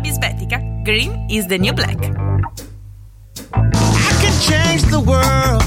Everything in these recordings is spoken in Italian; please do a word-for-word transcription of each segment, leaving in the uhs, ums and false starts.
Bisbetica, Green is the New Black. I can change the world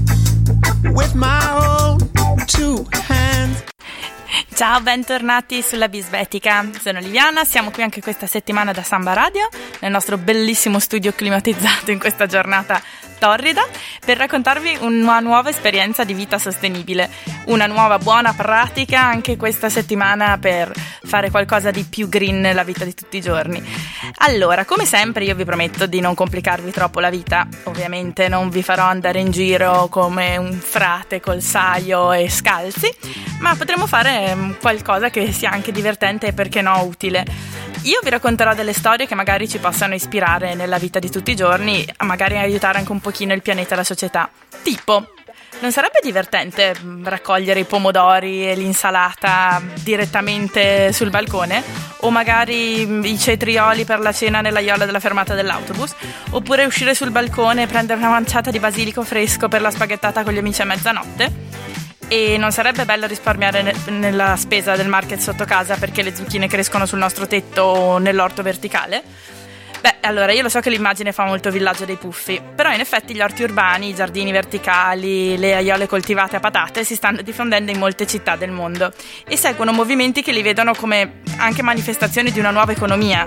with my own two hands. Ciao, bentornati sulla Bisbetica, sono Liviana, siamo qui anche questa settimana da Samba Radio, nel nostro bellissimo studio climatizzato in questa giornata torrida, per raccontarvi una nuova esperienza di vita sostenibile, una nuova buona pratica anche questa settimana per fare qualcosa di più green nella vita di tutti i giorni. Allora, come sempre io vi prometto di non complicarvi troppo la vita, ovviamente non vi farò andare in giro come un frate col saio e scalzi, ma potremo fare qualcosa che sia anche divertente e perché no utile. Io vi racconterò delle storie che magari ci possano ispirare nella vita di tutti i giorni, magari aiutare anche un pochino il pianeta e la società. Tipo, non sarebbe divertente raccogliere i pomodori e l'insalata direttamente sul balcone? O magari i cetrioli per la cena nell'aiola della fermata dell'autobus? Oppure uscire sul balcone e prendere una manciata di basilico fresco per la spaghettata con gli amici a mezzanotte? E non sarebbe bello risparmiare ne- nella spesa del market sotto casa perché le zucchine crescono sul nostro tetto o nell'orto verticale? Beh, allora, io lo so che l'immagine fa molto Villaggio dei Puffi, però in effetti gli orti urbani, i giardini verticali, le aiole coltivate a patate si stanno diffondendo in molte città del mondo e seguono movimenti che li vedono come anche manifestazioni di una nuova economia.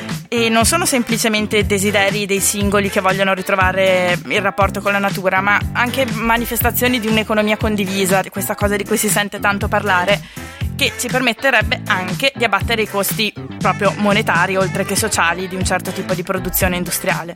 E non sono semplicemente desideri dei singoli che vogliono ritrovare il rapporto con la natura, ma anche manifestazioni di un'economia condivisa, di questa cosa di cui si sente tanto parlare, che ci permetterebbe anche di abbattere i costi proprio monetari, oltre che sociali, di un certo tipo di produzione industriale.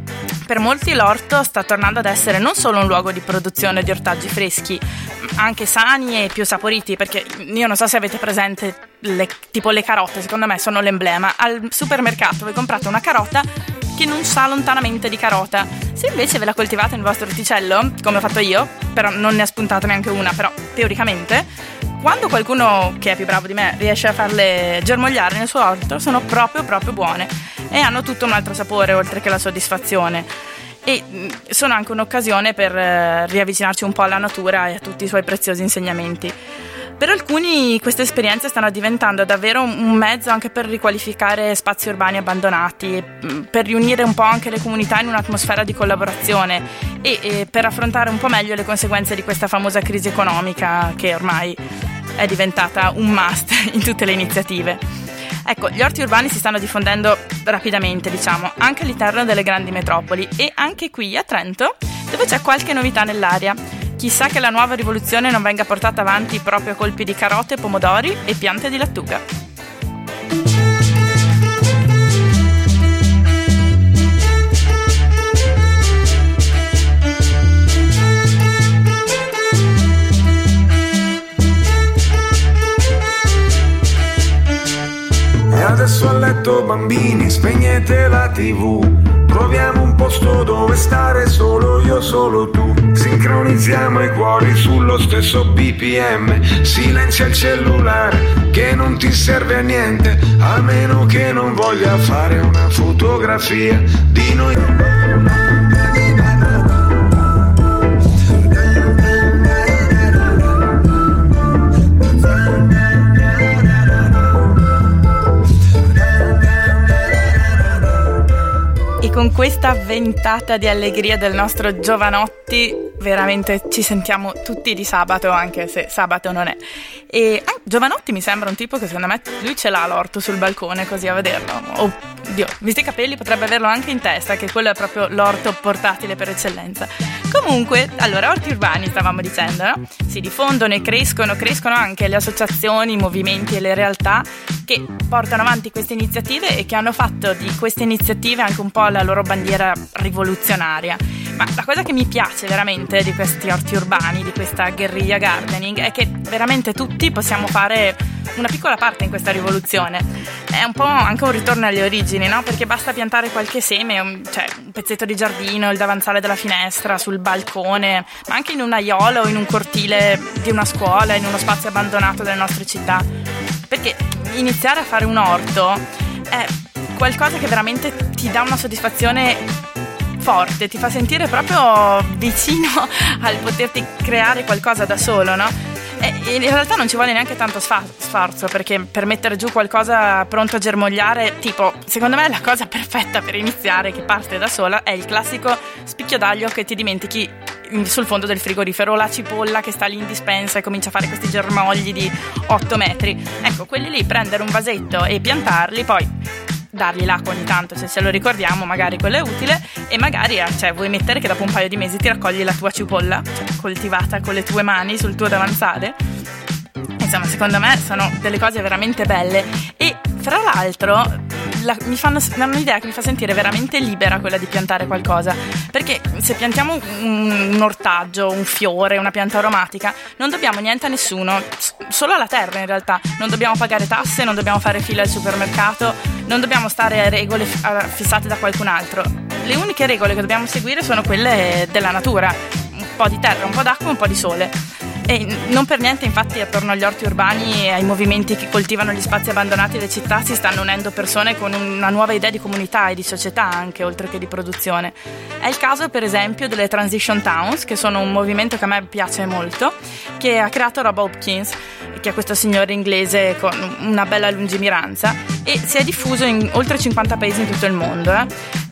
Per molti l'orto sta tornando ad essere non solo un luogo di produzione di ortaggi freschi, anche sani e più saporiti, perché io non so se avete presente le, tipo le carote, secondo me sono l'emblema. Al supermercato voi comprate una carota che non sa lontanamente di carota. Se invece ve la coltivate nel vostro orticello, come ho fatto io, però non ne ha spuntata neanche una, però teoricamente, quando qualcuno che è più bravo di me riesce a farle germogliare nel suo orto, sono proprio proprio buone e hanno tutto un altro sapore oltre che la soddisfazione. E sono anche un'occasione per riavvicinarci un po' alla natura e a tutti i suoi preziosi insegnamenti. Per alcuni queste esperienze stanno diventando davvero un mezzo anche per riqualificare spazi urbani abbandonati, per riunire un po' anche le comunità in un'atmosfera di collaborazione e, e per affrontare un po' meglio le conseguenze di questa famosa crisi economica che ormai è diventata un must in tutte le iniziative. Ecco, gli orti urbani si stanno diffondendo rapidamente, diciamo, anche all'interno delle grandi metropoli e anche qui a Trento, dove c'è qualche novità nell'aria. Chissà che la nuova rivoluzione non venga portata avanti proprio a colpi di carote, pomodori e piante di lattuga. E adesso a letto bambini, spegnete la tivù, troviamo un posto dove stare solo io, solo tu. Sincronizziamo i cuori sullo stesso B P M. Silenzia il cellulare che non ti serve a niente, a meno che non voglia fare una fotografia di noi. Con questa ventata di allegria del nostro Giovanotti veramente ci sentiamo tutti di sabato, anche se sabato non è. E ah, Giovanotti mi sembra un tipo che secondo me lui ce l'ha l'orto sul balcone, così a vederlo. Oh Dio, visti i capelli potrebbe averlo anche in testa, che quello è proprio l'orto portatile per eccellenza. Comunque, allora, orti urbani stavamo dicendo, no? Si diffondono e crescono, crescono anche le associazioni, i movimenti e le realtà che portano avanti queste iniziative e che hanno fatto di queste iniziative anche un po' la loro bandiera rivoluzionaria. Ma la cosa che mi piace veramente di questi orti urbani, di questa guerriglia gardening, è che veramente tutti possiamo fare una piccola parte in questa rivoluzione. È un po' anche un ritorno alle origini, no? Perché basta piantare qualche seme, un, cioè un pezzetto di giardino, il davanzale della finestra, sul balcone, ma anche in un aiolo o in un cortile di una scuola, in uno spazio abbandonato delle nostre città. Perché iniziare a fare un orto è qualcosa che veramente ti dà una soddisfazione forte, ti fa sentire proprio vicino al poterti creare qualcosa da solo, no? E in realtà non ci vuole neanche tanto sfa- sforzo, perché per mettere giù qualcosa pronto a germogliare, tipo, secondo me la cosa perfetta per iniziare, che parte da sola, è il classico spicchio d'aglio che ti dimentichi sul fondo del frigorifero, la cipolla che sta lì in dispensa e comincia a fare questi germogli di otto metri. Ecco, quelli lì, prendere un vasetto e piantarli, poi dargli l'acqua ogni tanto, se ce lo ricordiamo, magari quello è utile, e magari cioè, vuoi mettere che dopo un paio di mesi ti raccogli la tua cipolla, cioè, coltivata con le tue mani sul tuo davanzale. Insomma, secondo me sono delle cose veramente belle, e fra l'altro la, mi fanno danno un'idea che mi fa sentire veramente libera quella di piantare qualcosa, perché se piantiamo un, un ortaggio, un fiore, una pianta aromatica, non dobbiamo niente a nessuno, solo alla terra in realtà. Non dobbiamo pagare tasse, non dobbiamo fare fila al supermercato, non dobbiamo stare a regole fissate da qualcun altro. Le uniche regole che dobbiamo seguire sono quelle della natura: un po' di terra, un po' d'acqua, un po' di sole. E non per niente, infatti, attorno agli orti urbani e ai movimenti che coltivano gli spazi abbandonati delle città si stanno unendo persone con una nuova idea di comunità e di società, anche oltre che di produzione. È il caso, per esempio, delle Transition Towns, che sono un movimento che a me piace molto, che ha creato Rob Hopkins, che è questo signore inglese con una bella lungimiranza, e si è diffuso in oltre cinquanta paesi in tutto il mondo. Eh.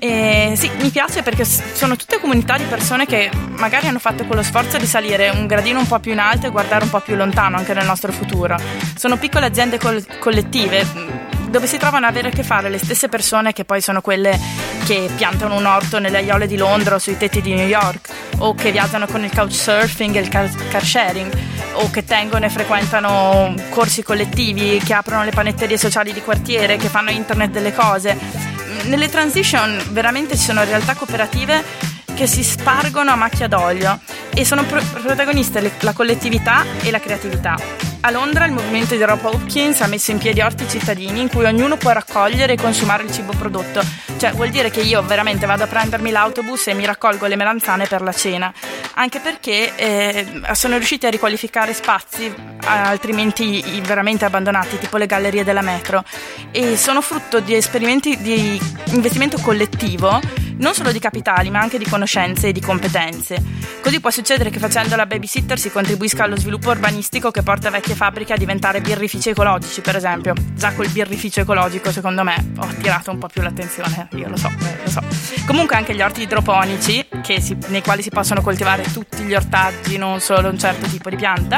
E sì, mi piace perché sono tutte comunità di persone che magari hanno fatto quello sforzo di salire un gradino un po' più in alto e guardare un po' più lontano anche nel nostro futuro. Sono piccole aziende col- collettive dove si trovano ad avere a che fare le stesse persone che poi sono quelle che piantano un orto nelle aiole di Londra o sui tetti di New York, o che viaggiano con il couchsurfing e il car, car sharing, o che tengono e frequentano corsi collettivi, che aprono le panetterie sociali di quartiere, che fanno internet delle cose. Nelle transition veramente ci sono realtà cooperative che si spargono a macchia d'olio, e sono pro- protagoniste le, la collettività e la creatività. A Londra il movimento di Rob Hopkins ha messo in piedi orti cittadini in cui ognuno può raccogliere e consumare il cibo prodotto. Cioè, vuol dire che io veramente vado a prendermi l'autobus e mi raccolgo le melanzane per la cena, anche perché eh, sono riusciti a riqualificare spazi altrimenti veramente abbandonati, tipo le gallerie della metro, e sono frutto di esperimenti di investimento collettivo, non solo di capitali ma anche di conoscenze e di competenze. Così può succedere che facendo la babysitter si contribuisca allo sviluppo urbanistico che porta vecchie fabbriche a diventare birrifici ecologici, per esempio. Già col birrificio ecologico, secondo me, ho attirato un po' più l'attenzione, io lo so, eh, lo so. Comunque anche gli orti idroponici, che si, nei quali si possono coltivare tutti gli ortaggi, non solo un certo tipo di pianta,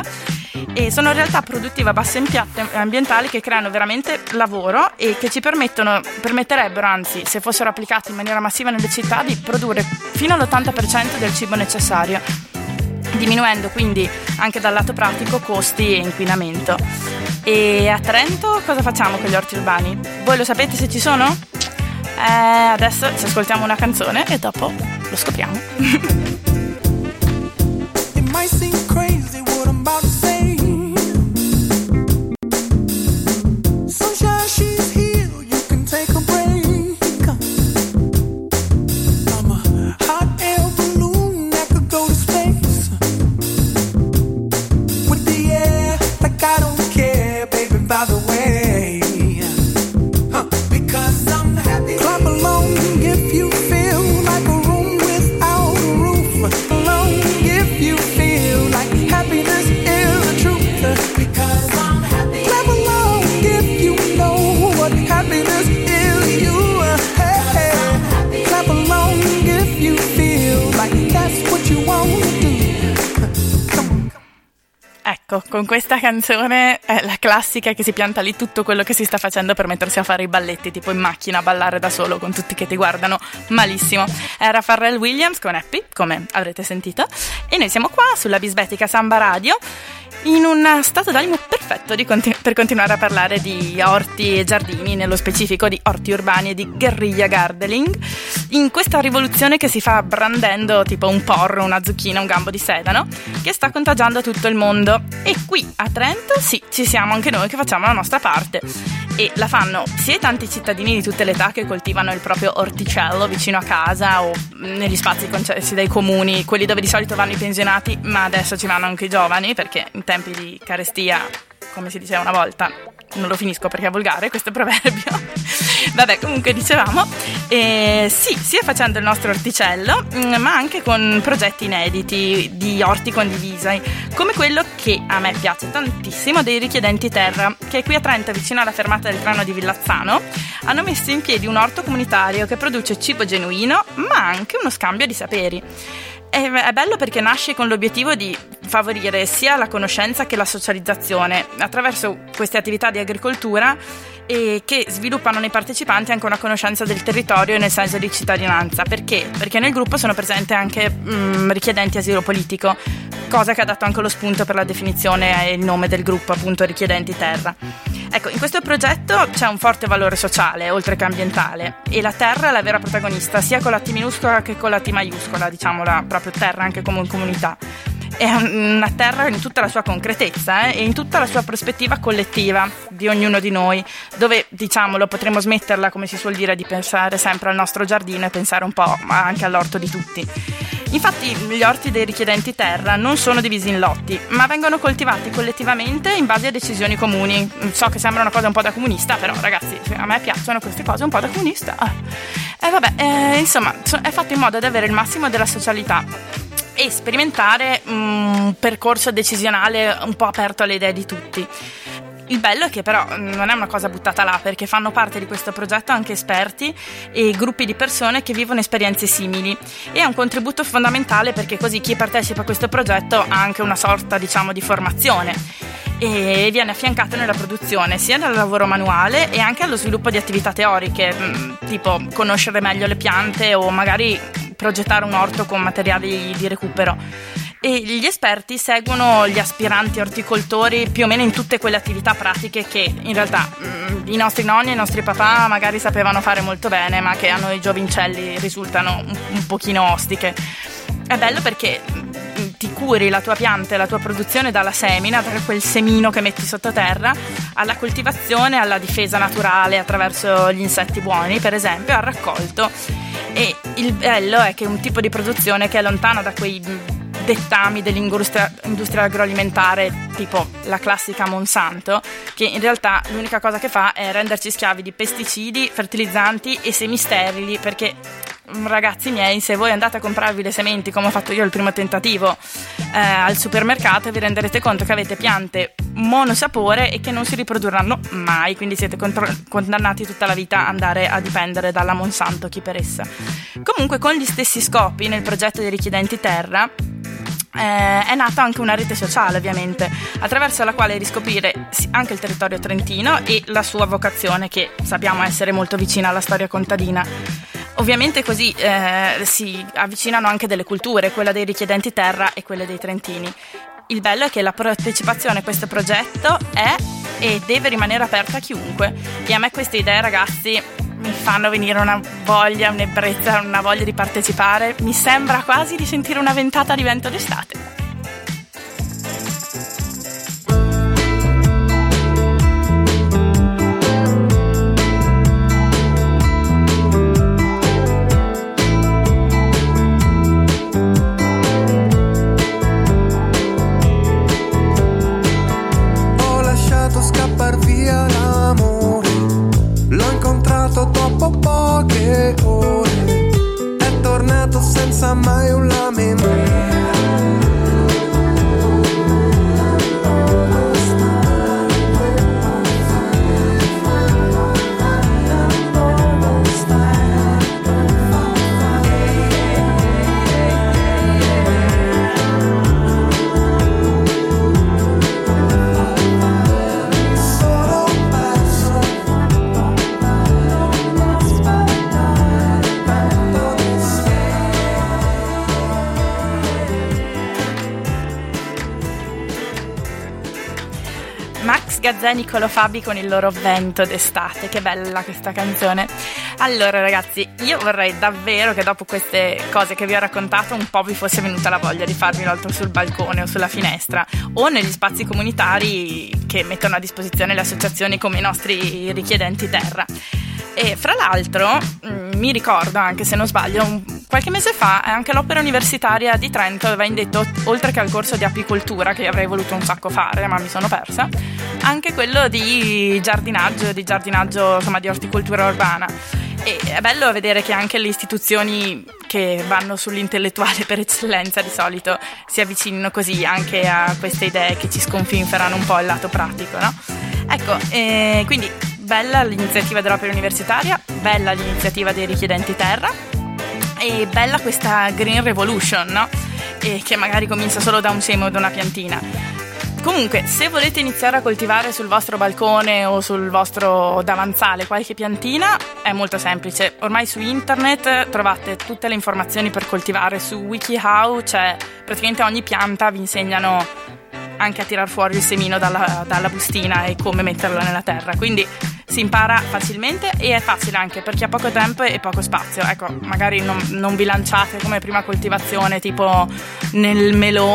e sono realtà produttive a basso impatto ambientale che creano veramente lavoro e che ci permettono, permetterebbero, anzi, se fossero applicati in maniera massiva nelle città, di produrre fino all'ottanta per cento del cibo necessario, diminuendo quindi anche dal lato pratico costi e inquinamento. E a Trento cosa facciamo con gli orti urbani? Voi lo sapete se ci sono? Eh, adesso ci ascoltiamo una canzone e dopo lo scopriamo. It might seem crazy what I'm about to say. Sunshine, she's here, you can take a break. I'm a hot air balloon that could go to space. With the air, like I don't care, baby, by the way. Huh. Because I'm happy. Clap along if you feel like a room without a roof. Along if you feel like happiness is the truth. Because I'm happy. Clap along if you know what happiness is. You, hey, hey. Clap along if you feel like that's what you want to do. Come on. Ecco, con questa canzone è la classica che si pianta lì tutto quello che si sta facendo per mettersi a fare i balletti, tipo in macchina a ballare da solo con tutti che ti guardano malissimo. Era Pharrell Williams con Happy, come avrete sentito, e noi siamo qua sulla Bisbetica Samba Radio in un stato d'animo perfetto di continu- per continuare a parlare di orti e giardini, nello specifico di orti urbani e di guerriglia gardening, in questa rivoluzione che si fa brandendo tipo un porro, una zucchina, un gambo di sedano, che sta contagiando tutto il mondo. E qui a Trento sì, ci siamo anche noi che facciamo la nostra parte, e la fanno sia tanti cittadini di tutte le età che coltivano il proprio orticello vicino a casa o negli spazi concessi dai comuni, quelli dove di solito vanno i pensionati, ma adesso ci vanno anche i giovani, perché in tempi di carestia, come si diceva una volta, non lo finisco perché è volgare questo proverbio. Vabbè, comunque dicevamo, eh, sì, sia facendo il nostro orticello, ma anche con progetti inediti di orti condivisi, come quello che a me piace tantissimo dei Richiedenti Terra, che qui a Trento, vicino alla fermata del treno di Villazzano, hanno messo in piedi un orto comunitario che produce cibo genuino, ma anche uno scambio di saperi. È bello perché nasce con l'obiettivo di favorire sia la conoscenza che la socializzazione attraverso queste attività di agricoltura, e che sviluppano nei partecipanti anche una conoscenza del territorio nel senso di cittadinanza. Perché? Perché nel gruppo sono presenti anche mh, richiedenti asilo politico, cosa che ha dato anche lo spunto per la definizione e il nome del gruppo, appunto Richiedenti Terra. Ecco, in questo progetto c'è un forte valore sociale, oltre che ambientale, e la terra è la vera protagonista, sia con la T minuscola che con la T maiuscola, diciamola proprio terra anche come comunità. È una terra in tutta la sua concretezza eh, e in tutta la sua prospettiva collettiva di ognuno di noi, dove, diciamolo, potremmo smetterla, come si suol dire, di pensare sempre al nostro giardino e pensare un po' anche all'orto di tutti. Infatti gli orti dei Richiedenti Terra non sono divisi in lotti, ma vengono coltivati collettivamente in base a decisioni comuni. So che sembra una cosa un po' da comunista, però ragazzi, a me piacciono queste cose un po' da comunista. E eh, vabbè, eh, insomma, è fatto in modo da avere il massimo della socialità e sperimentare un percorso decisionale un po' aperto alle idee di tutti. Il bello è che però non è una cosa buttata là, perché fanno parte di questo progetto anche esperti e gruppi di persone che vivono esperienze simili, e è un contributo fondamentale perché così chi partecipa a questo progetto ha anche una sorta, diciamo, di formazione e viene affiancato nella produzione sia dal lavoro manuale e anche allo sviluppo di attività teoriche, tipo conoscere meglio le piante o magari progettare un orto con materiali di recupero. E gli esperti seguono gli aspiranti orticoltori più o meno in tutte quelle attività pratiche che in realtà mh, i nostri nonni e i nostri papà magari sapevano fare molto bene, ma che a noi giovincelli risultano un, un pochino ostiche. È bello perché ti curi la tua pianta e la tua produzione dalla semina, da quel semino che metti sottoterra, alla coltivazione, alla difesa naturale attraverso gli insetti buoni, per esempio, al raccolto. E il bello è che è un tipo di produzione che è lontana da quei dettami dell'industria industria agroalimentare, tipo la classica Monsanto, che in realtà l'unica cosa che fa è renderci schiavi di pesticidi, fertilizzanti e semi sterili, perché ragazzi miei, se voi andate a comprarvi le sementi, come ho fatto io il primo tentativo eh, al supermercato, vi renderete conto che avete piante monosapore e che non si riprodurranno mai, quindi siete contro- condannati tutta la vita ad andare a dipendere dalla Monsanto, chi per essa. Comunque, con gli stessi scopi, nel progetto dei Richiedenti Terra Eh, è nata anche una rete sociale, ovviamente, attraverso la quale riscoprire anche il territorio trentino e la sua vocazione, che sappiamo essere molto vicina alla storia contadina. Ovviamente così eh, si avvicinano anche delle culture, quella dei Richiedenti Terra e quelle dei trentini. Il bello è che la partecipazione a questo progetto è e deve rimanere aperta a chiunque, e a me queste idee, ragazzi, mi fanno venire una voglia, un'ebbrezza, una voglia di partecipare. Mi sembra quasi di sentire una ventata di vento d'estate. Ho lasciato scappar via l'amore, l'ho incontrato dopo poche ore, è tornato senza mai un lamento. Gazzè e Niccolò Fabi con il loro Vento d'estate. Che bella questa canzone. Allora ragazzi, io vorrei davvero che dopo queste cose che vi ho raccontato un po' vi fosse venuta la voglia di farvi l'altro sul balcone o sulla finestra o negli spazi comunitari che mettono a disposizione le associazioni come i nostri Richiedenti Terra. E fra l'altro mh, mi ricordo, anche se non sbaglio, un qualche mese fa anche l'Opera Universitaria di Trento aveva indetto, oltre che al corso di apicoltura, che avrei voluto un sacco fare ma mi sono persa, anche quello di giardinaggio, di giardinaggio insomma di orticoltura urbana. E è bello vedere che anche le istituzioni che vanno sull'intellettuale per eccellenza di solito si avvicinino così anche a queste idee che ci sconfinferano un po' il lato pratico, no? Ecco, eh, quindi bella l'iniziativa dell'Opera Universitaria, bella l'iniziativa dei richiedenti terra e bella questa Green Revolution, no? E che magari comincia solo da un seme o da una piantina. Comunque, se volete iniziare a coltivare sul vostro balcone o sul vostro davanzale qualche piantina, è molto semplice. Ormai su internet trovate tutte le informazioni per coltivare. Su WikiHow c'è praticamente ogni pianta, vi insegnano anche a tirar fuori il semino dalla, dalla bustina e come metterlo nella terra. Quindi si impara facilmente e è facile anche per chi ha poco tempo e poco spazio. Ecco, magari non, non vi lanciate come prima coltivazione tipo nel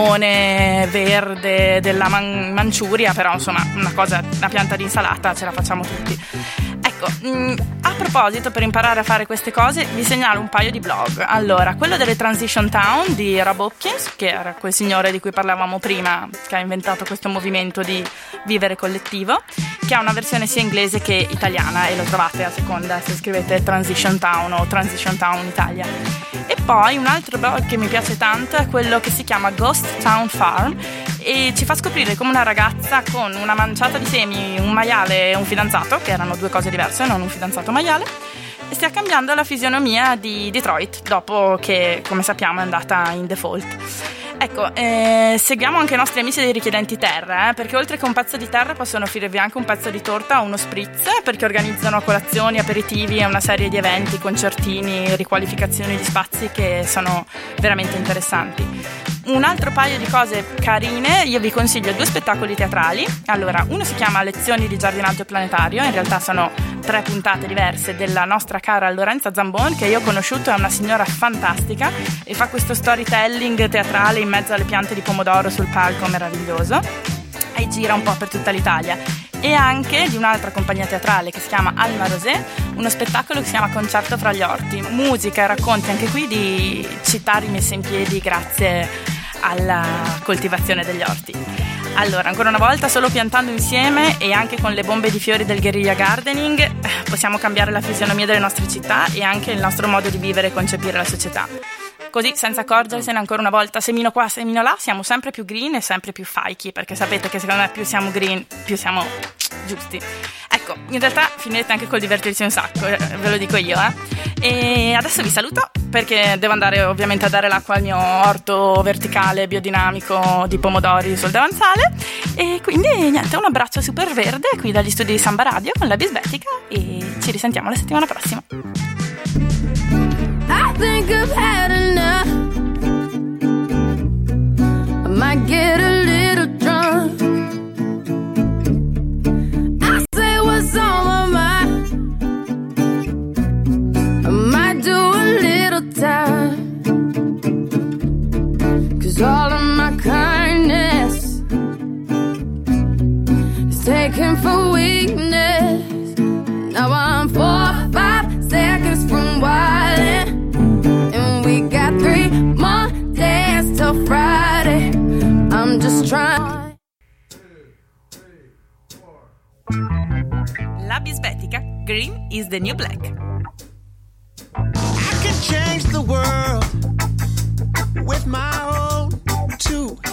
melone verde della Man- Manciuria, però insomma una cosa, una pianta di insalata ce la facciamo tutti. Ecco, mh, a proposito, per imparare a fare queste cose vi segnalo un paio di blog. Allora, quello delle Transition Town di Rob Hopkins, che era quel signore di cui parlavamo prima, che ha inventato questo movimento di vivere collettivo, che ha una versione sia inglese che italiana, e lo trovate a seconda se scrivete Transition Town o Transition Town Italia. E poi un altro blog che mi piace tanto è quello che si chiama Ghost Town Farm, e ci fa scoprire come una ragazza con una manciata di semi, un maiale e un fidanzato, che erano due cose diverse, non un fidanzato maiale, stia cambiando la fisionomia di Detroit dopo che, come sappiamo, è andata in default. Ecco, eh, seguiamo anche i nostri amici dei richiedenti terra, eh, perché oltre che un pezzo di terra possono offrirvi anche un pezzo di torta o uno spritz, perché organizzano colazioni, aperitivi e una serie di eventi, concertini, riqualificazioni di spazi che sono veramente interessanti. Un altro paio di cose carine, io vi consiglio due spettacoli teatrali. Allora, uno si chiama Lezioni di giardinaggio planetario, in realtà sono tre puntate diverse della nostra cara Lorenza Zambon, che io ho conosciuto, è una signora fantastica e fa questo storytelling teatrale in mezzo alle piante di pomodoro sul palco meraviglioso, e gira un po' per tutta l'Italia. E anche di un'altra compagnia teatrale che si chiama Alma Rosé, uno spettacolo che si chiama Concerto fra gli orti, musica e racconti anche qui di città rimesse in piedi grazie alla coltivazione degli orti. Allora, ancora una volta, solo piantando insieme e anche con le bombe di fiori del guerriglia gardening possiamo cambiare la fisionomia delle nostre città e anche il nostro modo di vivere e concepire la società. Così, senza accorgersene, ancora una volta, semino qua, semino là, siamo sempre più green e sempre più faiky, perché sapete che secondo me più siamo green, più siamo giusti. Ecco, in realtà finirete anche col divertirsi un sacco, ve lo dico io, eh. E adesso vi saluto, perché devo andare ovviamente a dare l'acqua al mio orto verticale biodinamico di pomodori sul davanzale, e quindi niente, un abbraccio super verde qui dagli studi di Samba Radio con la Bisbetica, e ci risentiamo la settimana prossima. I think I've had enough. I might get a little drunk. I say what's on my mind. I might do a little time. 'Cause all of my kindness is taken for weakness. Now I'm four or five seconds from wildin'. Till Friday, I'm just trying. La Bisbetica, Green is the new black. I can change the world with my own two